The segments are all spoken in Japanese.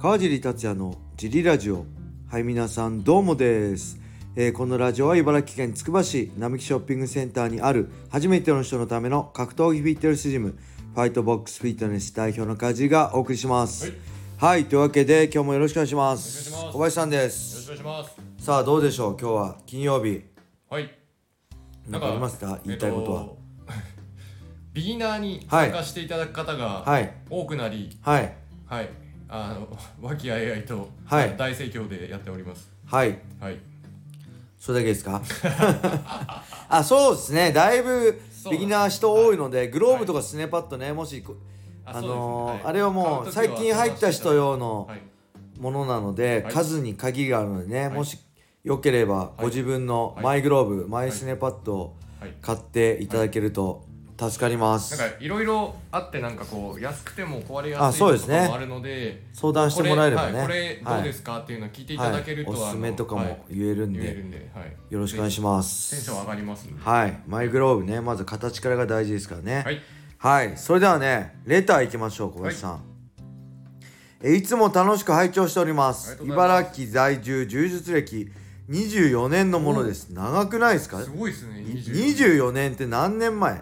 川尻達也のジリラジオ。はい、皆さんどうもです。このラジオは茨城県つくば市並木ショッピングセンターにある初めての人のための格闘技フィットネスジム、ファイトボックスフィットネス代表の川尻がお送りします。はい、というわけで今日もよろしくお願いします。小林さんです。 よろしくお願いします。 さあどうでしょう、今日は金曜日。 はい。 何かありますか、言いたいことは。 ビギナーに参加していただく方が多くなり、 はい、 和気あいあいと大盛況でやっております。 はい、 はい。 それだけですかそうですね、だいぶビギナー人多いので、グローブとかスネパッドね、もしあれはもう最近入った人用のものなので、数に限りがあるのでね、もしよければご自分のマイグローブ、マイスネパッドを買っていただけると助かります。 なんかいろいろあって、なんかこう安くても壊れやすいとかもあるので、 相談してもらえればね、 これどうですかっていうのを聞いていただけると、 おすすめとかも言えるんで、よろしくお願いします。 テンション上がりますので。 はい、マイグローブね、まず形からが大事ですからね。はい、それではね、レターいきましょう。小林さん、いつも楽しく拝聴しております。茨城在住、柔術歴24年のものです。長くないですか？ すごいですね。 24年って何年前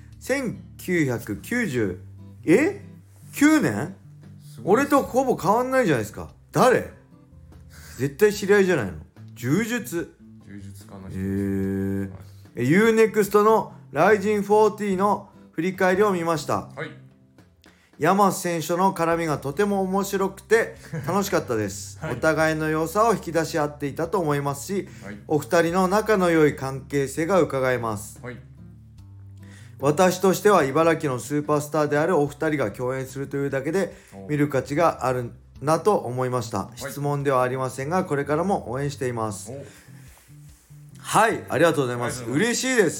？1990 9年？俺とほぼ変わんないじゃないですか。誰？絶対知り合いじゃないの？柔術家の人。 UNEXT の RIZIN40 の振り返りを見ました。山瀬選手の絡みがとても面白くて楽しかったです。お互いの良さを引き出し合っていたと思いますし、お二人の仲の良い関係性が伺えます。私としては茨城のスーパースターであるお二人が共演するというだけで見る価値があるなと思いました。質問ではありませんが、これからも応援しています。はい、ありがとうございます。嬉しいです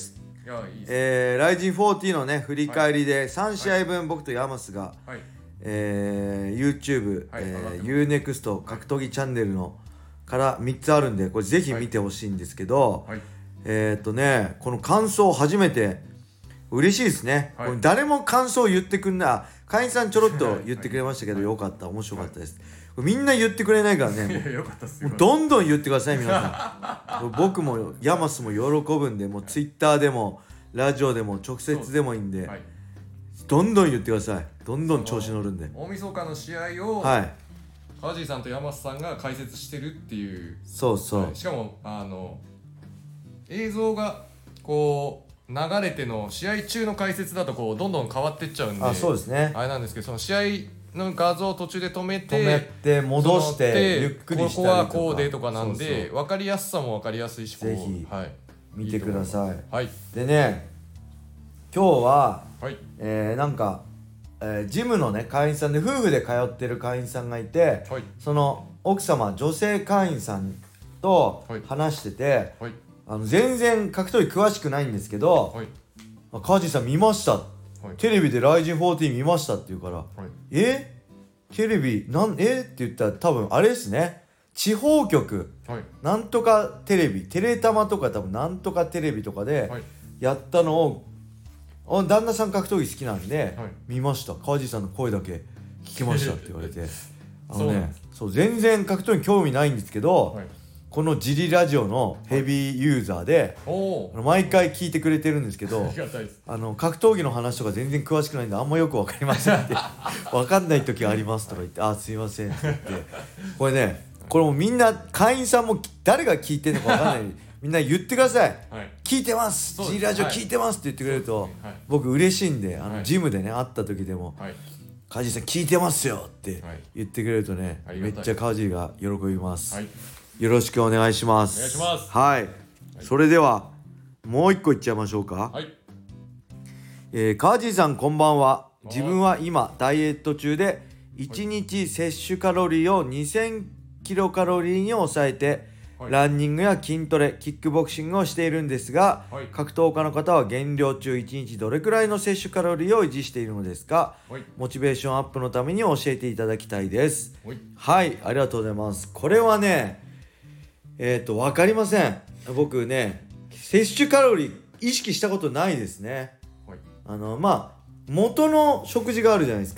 。RIZIN40 のね振り返りで3試合分、僕とヤマスが、YouTube、UNEXT 格闘技チャンネルのから3つあるんで、これぜひ見てほしいんですけど、この感想初めて嬉しいですね。これ誰も感想言ってくんない。会員さんちょろっと言ってくれましたけど、よかった、面白かったです。みんな言ってくれないからね、もうどんどん言ってください皆さん。僕もヤマスも喜ぶんで、もう Twitter でもラジオでも直接でもいいんで、どんどん言ってください。どんどん調子乗るんで。 大晦日の試合を川尻さんと山瀬さんが解説してるっていう。そうそう、しかも映像がこう流れての試合中の解説だとこうどんどん変わってっちゃうんで、 そうですね、 あれなんですけど、その試合の画像を途中で止めて戻してゆっくりしたりとか、 ここはこうでとかなんで、分かりやすさも分かりやすいし、 ぜひ見てください。でね、今日はなんかジムのね会員さんで、夫婦で通ってる会員さんがいて、その奥様、女性会員さんと話してて、全然格闘技詳しくないんですけど、川尻さん見ました、テレビで RIZIN40 見ましたって言うから、テレビって言ったら多分あれですね、地方局、なんとかテレビ、テレタマとか多分なんとかテレビとかでやったのを、旦那さん格闘技好きなんで、見ました、川尻さんの声だけ聞きましたって言われてそう、全然格闘技興味ないんですけど、このジリラジオのヘビーユーザーで、毎回聞いてくれてるんですけど、格闘技の話とか全然詳しくないんであんまよく分かりませんって分かんない時ありますとか言って、すいませんって言って、これね、これもみんな会員さんも誰が聞いてるのか分かんないみんな言ってください、聞いてます、ジリラジオ聞いてますって言ってくれると、僕嬉しいんで、ジムでね会った時でも、川尻さん聞いてますよって言ってくれるとね、めっちゃ川尻が喜びます。よろしくお願いします。それではもう一個いっちゃいましょうか。川尻さんこんばんは。自分は今ダイエット中で1日摂取カロリーを2000キロカロリーに抑えて、ランニングや筋トレ、キックボクシングをしているんですが、格闘家の方は減量中1日どれくらいの摂取カロリーを維持しているのですか？モチベーションアップのために教えていただきたいです。はい、ありがとうございます。これはね、分かりません。僕ね、摂取カロリー意識したことないですね。元の食事があるじゃないですか。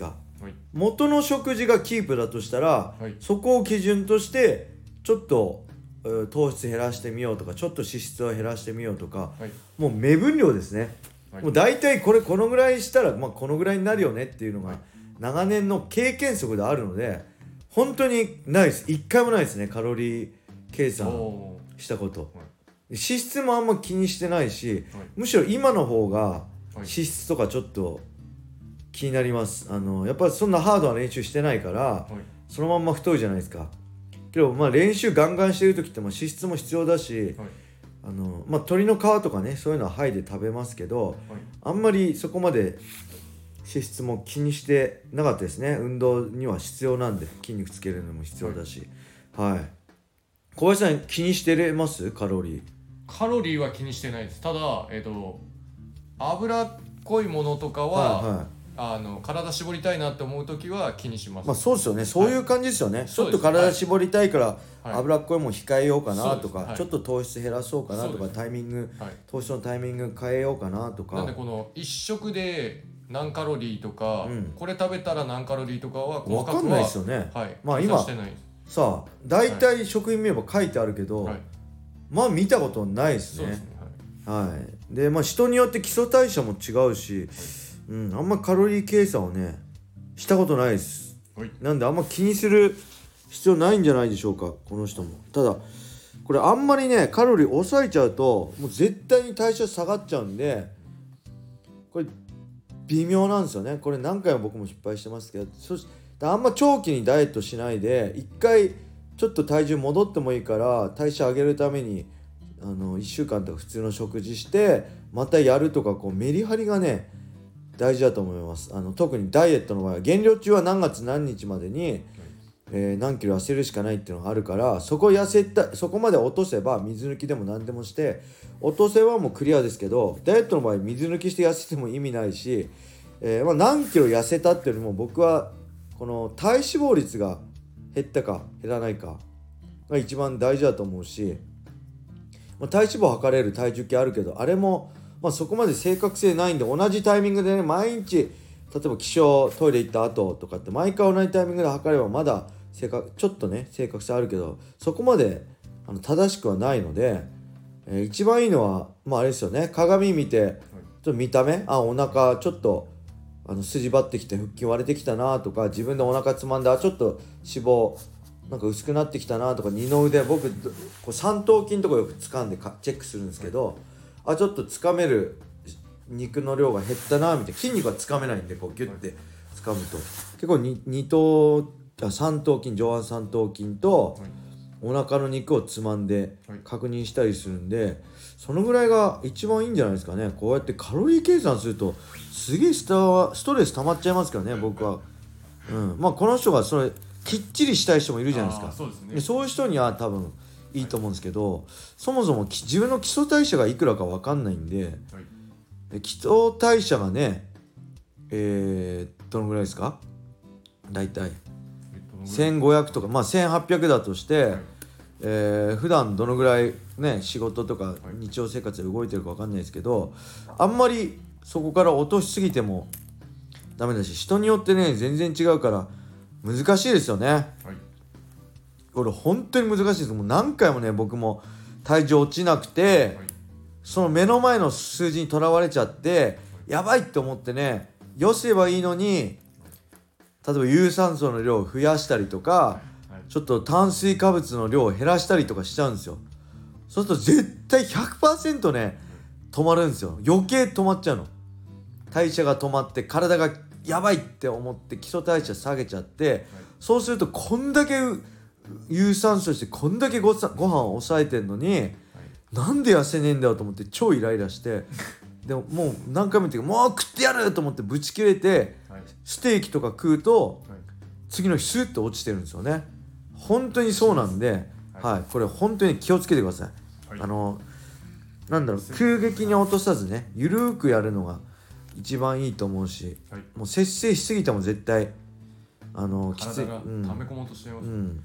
元の食事がキープだとしたら、そこを基準としてちょっと糖質減らしてみようとか、ちょっと脂質を減らしてみようとか、もう目分量ですね。もう大体このぐらいしたら、このぐらいになるよねっていうのが長年の経験則であるので、本当にないです。一回もないですね、カロリー計算したこと。脂質もあんま気にしてないし、むしろ今の方が脂質とかちょっと気になります。やっぱりそんなハードな練習してないから、そのまんま太いじゃないですか。けど練習ガンガンしてる時って脂質も必要だし、鶏の皮とかね、そういうのは剥いで食べますけど、あんまりそこまで脂質も気にしてなかったですね。運動には必要なんで、筋肉つけるのも必要だし。小林さん気にしてます？カロリーは気にしてないです。ただ脂っこいものとかは、体絞りたいなって思う時は気にします。 そうですよね。そういう感じですよね。ちょっと体絞りたいから脂っこいもん控えようかなとか、ちょっと糖質減らそうかなとか、糖質のタイミング変えようかなとか。 なんでこの一食で何カロリーとか、これ食べたら何カロリーとかは細かくは分かんないですよね。 今さあ大体食品名簿書いてあるけど、見たことないですね。で人によって基礎代謝も違うし、あんまカロリー計算をねしたことないです。なんであんま気にする必要ないんじゃないでしょうか、この人も。ただこれあんまりねカロリー抑えちゃうともう絶対に代謝下がっちゃうんで、これ微妙なんですよね。これ何回も僕も失敗してますけど、あんま長期にダイエットしないで、一回ちょっと体重戻ってもいいから代謝上げるために1週間とか普通の食事してまたやるとか、メリハリがね大事だと思います。特にダイエットの場合は減量中は何月何日までに、何キロ痩せるしかないっていうのがあるから、そこまで落とせば水抜きでも何でもして落とせばもうクリアですけど、ダイエットの場合水抜きして痩せても意味ないし、何キロ痩せたっていうよりも僕はこの体脂肪率が減ったか減らないかが一番大事だと思うし、体脂肪測れる体重計あるけど、あれもそこまで正確性ないんで、同じタイミングでね毎日、例えば起床トイレ行った後とかって毎回同じタイミングで測ればまだちょっとね正確性あるけど、そこまで正しくはないので、一番いいのはあれですよね。鏡見てちょっと見た目、お腹ちょっと筋張ってきて腹筋割れてきたなとか、自分でお腹つまんでちょっと脂肪なんか薄くなってきたなとか、二の腕僕三頭筋とかよく掴んでチェックするんですけど、ちょっと掴める肉の量が減ったなみたいな。筋肉は掴めないんでギュッて掴むと結構三頭筋、上腕三頭筋とお腹の肉をつまんで確認したりするんで、そのぐらいが一番いいんじゃないですかね。こうやってカロリー計算するとすげえストレス溜まっちゃいますからね、僕は。この人がそれきっちりしたい人もいるじゃないですか。そういう人には多分いいと思うんですけど、そもそも自分の基礎代謝がいくらか分かんないんで、基礎代謝がねどのぐらいですか、だいたい1500とか1800だとして、普段どのぐらいね仕事とか日常生活で動いてるか分かんないですけど、あんまりそこから落としすぎてもダメだし、人によってね全然違うから難しいですよね。これ本当に難しいです。もう何回もね僕も体重落ちなくて、その目の前の数字にとらわれちゃってやばいって思ってね、よせばいいのに、例えば有酸素の量を増やしたりとか、ちょっと炭水化物の量を減らしたりとかしちゃうんですよ。そうすると絶対 100% ね止まるんですよ。余計止まっちゃうの。代謝が止まって体がやばいって思って基礎代謝下げちゃって、そうするとこんだけ有酸素してこんだけご飯を抑えてんのに、なんで痩せねえんだよと思って超イライラして、でももう何回も言ってもう食ってやると思ってぶち切れて、ステーキとか食うと次の日スーッと落ちてるんですよね。本当にそうなんで、これ本当に気をつけてください。急激に落とさずね、ゆるーくやるのが一番いいと思うし、もう節制しすぎても絶対きつい、体が溜め込もうとしてます、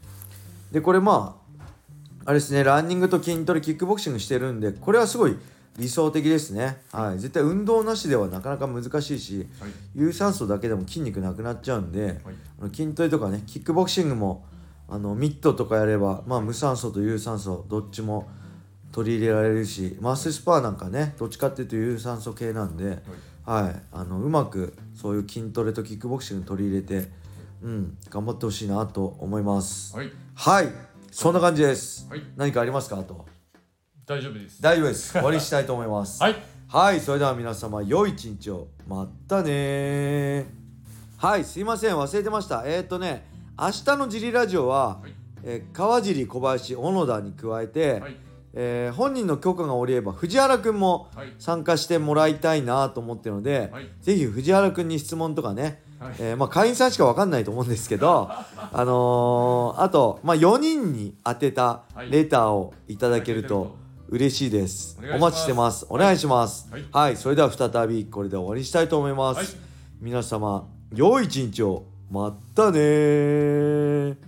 でこれあれですね、ランニングと筋トレキックボクシングしてるんで、これはすごい理想的ですね。はい、絶対運動なしではなかなか難しいし、はい、有酸素だけでも筋肉なくなっちゃうんで、はい、筋トレとかね、キックボクシングもミットとかやれば、まあ、無酸素と有酸素どっちも取り入れられるし、マッスルスパーなんかねどっちかっていうと有酸素系なんで、はい、うまくそういう筋トレとキックボクシング取り入れて、頑張ってほしいなと思います。はい、はい、そんな感じです。はい、何かありますか？あと大丈夫です。 大丈夫です。終わりしたいと思います。はい、はい、それでは皆様良い一日を。またね。はい、すいません、忘れてました。明日のジリラジオは、川尻、小林、小野田に加えて、本人の許可が下りれば藤原くんも参加してもらいたいなと思ってるので、ぜひ藤原くんに質問とかね、会員さんしか分かんないと思うんですけどあと、4人に宛てたレターをいただけると嬉しいです。お待ちしてます。お願いします。はい、それでは再びこれで終わりにしたいと思います。皆様良い一日を。またね。